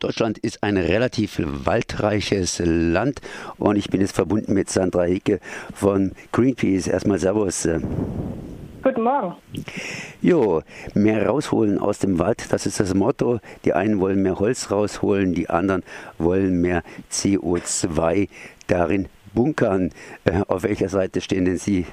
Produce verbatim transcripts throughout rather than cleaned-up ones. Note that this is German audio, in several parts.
Deutschland ist ein relativ waldreiches Land und ich bin jetzt verbunden mit Sandra Hicke von Greenpeace. Erstmal Servus. Guten Morgen. Jo, mehr rausholen aus dem Wald, das ist das Motto. Die einen wollen mehr Holz rausholen, die anderen wollen mehr C O zwei darin bunkern. Auf welcher Seite stehen denn Sie?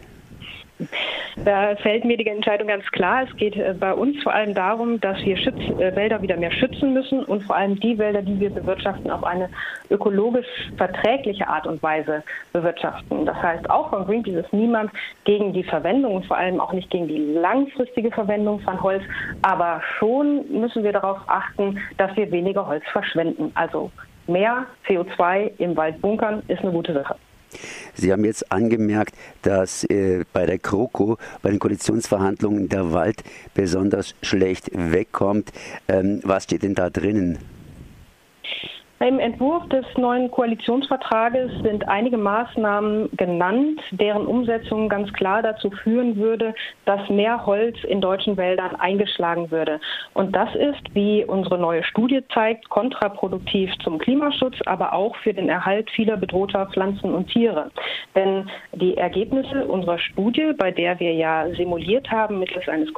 Da fällt mir die Entscheidung ganz klar. Es geht bei uns vor allem darum, dass wir Schütz, äh, Wälder wieder mehr schützen müssen und vor allem die Wälder, die wir bewirtschaften, auf eine ökologisch verträgliche Art und Weise bewirtschaften. Das heißt, auch von Greenpeace ist niemand gegen die Verwendung und vor allem auch nicht gegen die langfristige Verwendung von Holz. Aber schon müssen wir darauf achten, dass wir weniger Holz verschwenden. Also mehr C O zwei im Wald bunkern ist eine gute Sache. Sie haben jetzt angemerkt, dass äh, bei der GroKo, bei den Koalitionsverhandlungen, der Wald besonders schlecht wegkommt. Ähm, was steht denn da drinnen? Im Entwurf des neuen Koalitionsvertrages sind einige Maßnahmen genannt, deren Umsetzung ganz klar dazu führen würde, dass mehr Holz in deutschen Wäldern eingeschlagen würde. Und das ist, wie unsere neue Studie zeigt, kontraproduktiv zum Klimaschutz, aber auch für den Erhalt vieler bedrohter Pflanzen und Tiere. Denn die Ergebnisse unserer Studie, bei der wir ja simuliert haben mittels eines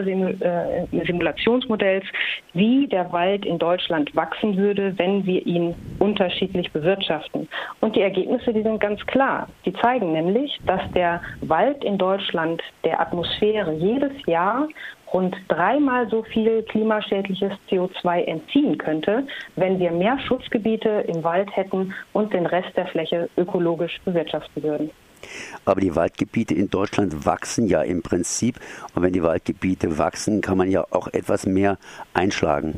Computersimulationsmodells, wie der Wald in Deutschland wachsen würde, wenn wir ihn unterschiedlich bewirtschaften. Und die Ergebnisse, die sind ganz klar. Die zeigen nämlich, dass der Wald in Deutschland der Atmosphäre jedes Jahr rund dreimal so viel klimaschädliches C O zwei entziehen könnte, wenn wir mehr Schutzgebiete im Wald hätten und den Rest der Fläche ökologisch bewirtschaften würden. Aber die Waldgebiete in Deutschland wachsen ja im Prinzip. Und wenn die Waldgebiete wachsen, kann man ja auch etwas mehr einschlagen.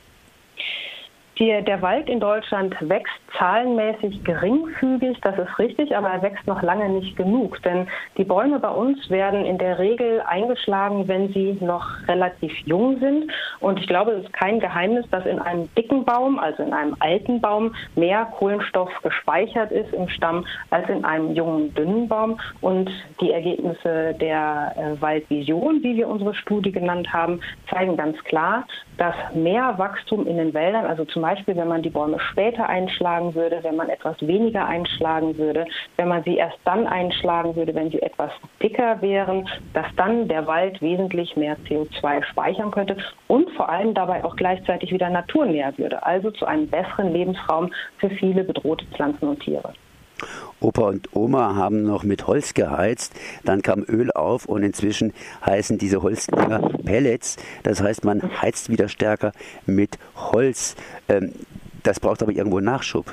Die, der Wald in Deutschland wächst zahlenmäßig geringfügig, das ist richtig, aber er wächst noch lange nicht genug. Denn die Bäume bei uns werden in der Regel eingeschlagen, wenn sie noch relativ jung sind. Und ich glaube, es ist kein Geheimnis, dass in einem dicken Baum, also in einem alten Baum, mehr Kohlenstoff gespeichert ist im Stamm als in einem jungen, dünnen Baum. Und die Ergebnisse der äh, Waldvision, wie wir unsere Studie genannt haben, zeigen ganz klar, dass mehr Wachstum in den Wäldern, also zum Beispiel, wenn man die Bäume später einschlagen würde, wenn man etwas weniger einschlagen würde, wenn man sie erst dann einschlagen würde, wenn sie etwas dicker wären, dass dann der Wald wesentlich mehr C O zwei speichern könnte und vor allem dabei auch gleichzeitig wieder naturnäher würde, also zu einem besseren Lebensraum für viele bedrohte Pflanzen und Tiere. Opa und Oma haben noch mit Holz geheizt, dann kam Öl auf und inzwischen heißen diese Holzdinger Pellets. Das heißt, man heizt wieder stärker mit Holz. Das braucht aber irgendwo Nachschub.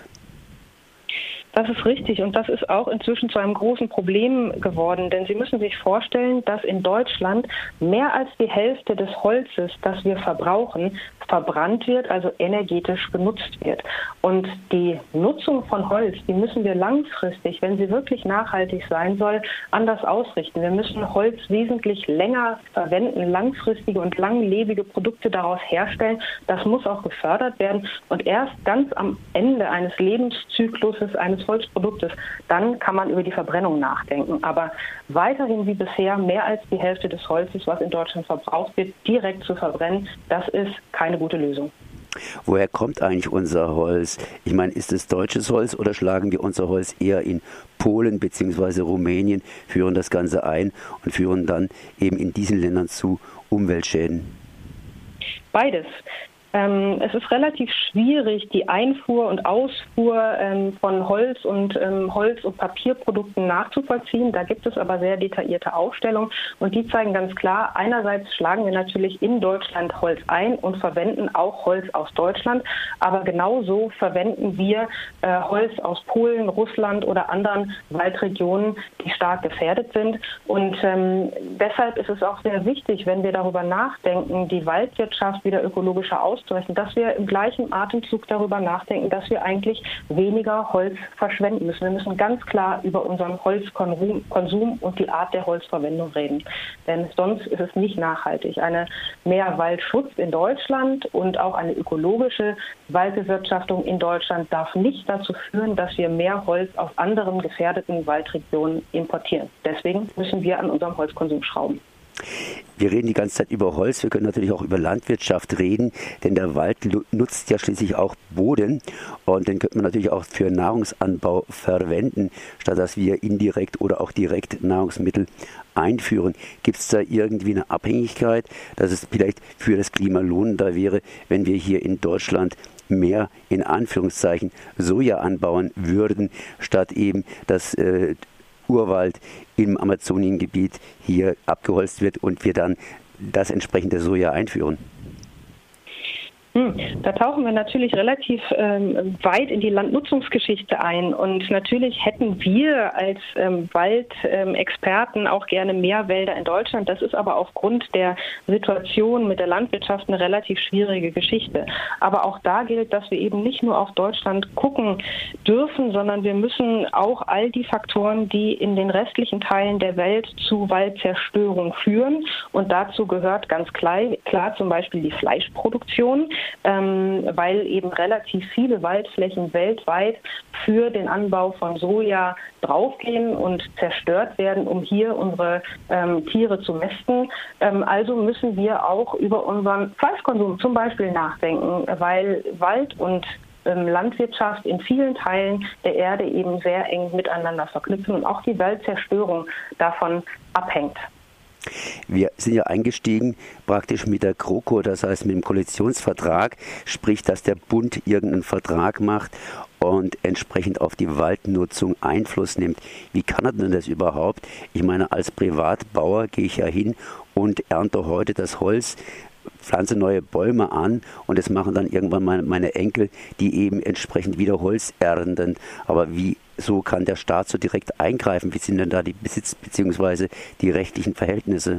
Das ist richtig und das ist auch inzwischen zu einem großen Problem geworden, denn Sie müssen sich vorstellen, dass in Deutschland mehr als die Hälfte des Holzes, das wir verbrauchen, verbrannt wird, also energetisch genutzt wird. Und die Nutzung von Holz, die müssen wir langfristig, wenn sie wirklich nachhaltig sein soll, anders ausrichten. Wir müssen Holz wesentlich länger verwenden, langfristige und langlebige Produkte daraus herstellen. Das muss auch gefördert werden. Und erst ganz am Ende eines Lebenszykluses eines Holzproduktes, dann kann man über die Verbrennung nachdenken. Aber weiterhin wie bisher mehr als die Hälfte des Holzes, was in Deutschland verbraucht wird, direkt zu verbrennen, das ist keine gute Lösung. Woher kommt eigentlich unser Holz? Ich meine, ist es deutsches Holz oder schlagen wir unser Holz eher in Polen bzw. Rumänien, führen das Ganze ein und führen dann eben in diesen Ländern zu Umweltschäden? Beides. Ähm, es ist relativ schwierig, die Einfuhr und Ausfuhr ähm, von Holz und ähm, Holz- und Papierprodukten nachzuvollziehen. Da gibt es aber sehr detaillierte Aufstellungen und die zeigen ganz klar, einerseits schlagen wir natürlich in Deutschland Holz ein und verwenden auch Holz aus Deutschland, aber genauso verwenden wir äh, Holz aus Polen, Russland oder anderen Waldregionen, die stark gefährdet sind. Und ähm, deshalb ist es auch sehr wichtig, wenn wir darüber nachdenken, die Waldwirtschaft wieder ökologischer auszurichten, dass wir im gleichen Atemzug darüber nachdenken, dass wir eigentlich weniger Holz verschwenden müssen. Wir müssen ganz klar über unseren Holzkonsum und die Art der Holzverwendung reden. Denn sonst ist es nicht nachhaltig. Eine mehr Waldschutz in Deutschland und auch eine ökologische Waldbewirtschaftung in Deutschland darf nicht dazu führen, dass wir mehr Holz aus anderen gefährdeten Waldregionen importieren. Deswegen müssen wir an unserem Holzkonsum schrauben. Wir reden die ganze Zeit über Holz, wir können natürlich auch über Landwirtschaft reden, denn der Wald nutzt ja schließlich auch Boden und den könnte man natürlich auch für Nahrungsanbau verwenden, statt dass wir indirekt oder auch direkt Nahrungsmittel einführen. Gibt es da irgendwie eine Abhängigkeit, dass es vielleicht für das Klima lohnender wäre, wenn wir hier in Deutschland mehr in Anführungszeichen Soja anbauen würden, statt eben das äh, Urwald im Amazoniengebiet hier abgeholzt wird und wir dann das entsprechende Soja einführen? Da tauchen wir natürlich relativ ähm, weit in die Landnutzungsgeschichte ein und natürlich hätten wir als ähm, Waldexperten ähm, auch gerne mehr Wälder in Deutschland. Das ist aber aufgrund der Situation mit der Landwirtschaft eine relativ schwierige Geschichte. Aber auch da gilt, dass wir eben nicht nur auf Deutschland gucken dürfen, sondern wir müssen auch all die Faktoren, die in den restlichen Teilen der Welt zu Waldzerstörung führen, und dazu gehört ganz klar, klar zum Beispiel die Fleischproduktion, Ähm, weil eben relativ viele Waldflächen weltweit für den Anbau von Soja draufgehen und zerstört werden, um hier unsere ähm, Tiere zu mästen. Ähm, also müssen wir auch über unseren Fleischkonsum zum Beispiel nachdenken, weil Wald und ähm, Landwirtschaft in vielen Teilen der Erde eben sehr eng miteinander verknüpfen und auch die Waldzerstörung davon abhängt. Wir sind ja eingestiegen praktisch mit der GroKo, das heißt mit dem Koalitionsvertrag, sprich, dass der Bund irgendeinen Vertrag macht und entsprechend auf die Waldnutzung Einfluss nimmt. Wie kann er denn das überhaupt? Ich meine, als Privatbauer gehe ich ja hin und ernte heute das Holz, pflanze neue Bäume an und das machen dann irgendwann meine, meine Enkel, die eben entsprechend wieder Holz ernten. Aber wie so kann der Staat so direkt eingreifen? Wie sind denn da die Besitz- bzw. die rechtlichen Verhältnisse?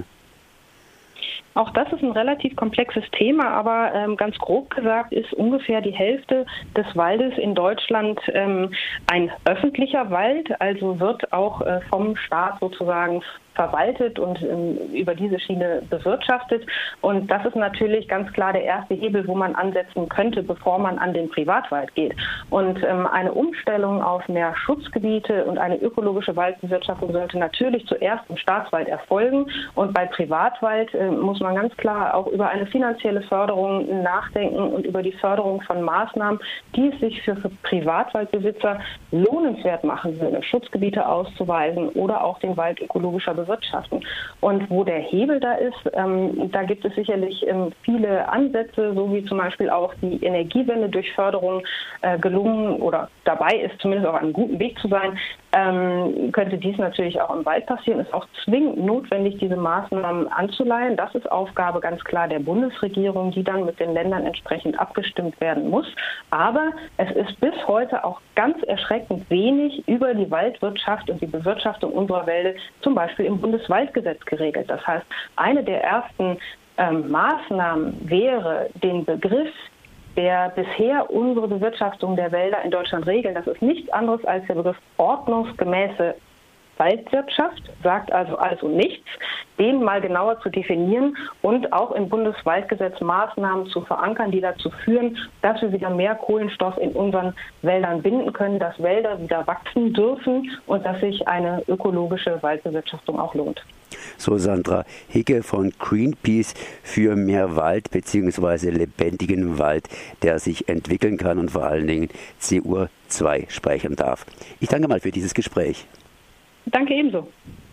Auch das ist ein relativ komplexes Thema, aber ähm, ganz grob gesagt ist ungefähr die Hälfte des Waldes in Deutschland ähm, ein öffentlicher Wald, also wird auch äh, vom Staat sozusagen verwaltet und ähm, über diese Schiene bewirtschaftet. Und das ist natürlich ganz klar der erste Hebel, wo man ansetzen könnte, bevor man an den Privatwald geht. Und ähm, eine Umstellung auf mehr Schutzgebiete und eine ökologische Waldbewirtschaftung sollte natürlich zuerst im Staatswald erfolgen. Und bei Privatwald äh, muss man ganz klar auch über eine finanzielle Förderung nachdenken und über die Förderung von Maßnahmen, die es sich für, für Privatwaldbesitzer lohnenswert machen würde, Schutzgebiete auszuweisen oder auch den Wald ökologischer bewirtschaften. Wirtschaften. Und wo der Hebel da ist, ähm, da gibt es sicherlich ähm, viele Ansätze, so wie zum Beispiel auch die Energiewende durch Förderung äh, gelungen oder dabei ist, zumindest auf einem guten Weg zu sein, ähm, könnte dies natürlich auch im Wald passieren. Ist auch zwingend notwendig, diese Maßnahmen anzuleihen. Das ist Aufgabe ganz klar der Bundesregierung, die dann mit den Ländern entsprechend abgestimmt werden muss. Aber es ist bis heute auch ganz erschreckend wenig über die Waldwirtschaft und die Bewirtschaftung unserer Wälder zum Beispiel im Bundeswaldgesetz geregelt. Das heißt, eine der ersten ähm, Maßnahmen wäre, den Begriff, der bisher unsere Bewirtschaftung der Wälder in Deutschland regelt, das ist nichts anderes als der Begriff ordnungsgemäße Waldwirtschaft, sagt also alles und nichts, den mal genauer zu definieren und auch im Bundeswaldgesetz Maßnahmen zu verankern, die dazu führen, dass wir wieder mehr Kohlenstoff in unseren Wäldern binden können, dass Wälder wieder wachsen dürfen und dass sich eine ökologische Waldbewirtschaftung auch lohnt. So Sandra Hicke von Greenpeace für mehr Wald bzw. lebendigen Wald, der sich entwickeln kann und vor allen Dingen C O zwei speichern darf. Ich danke mal für dieses Gespräch. Danke ebenso.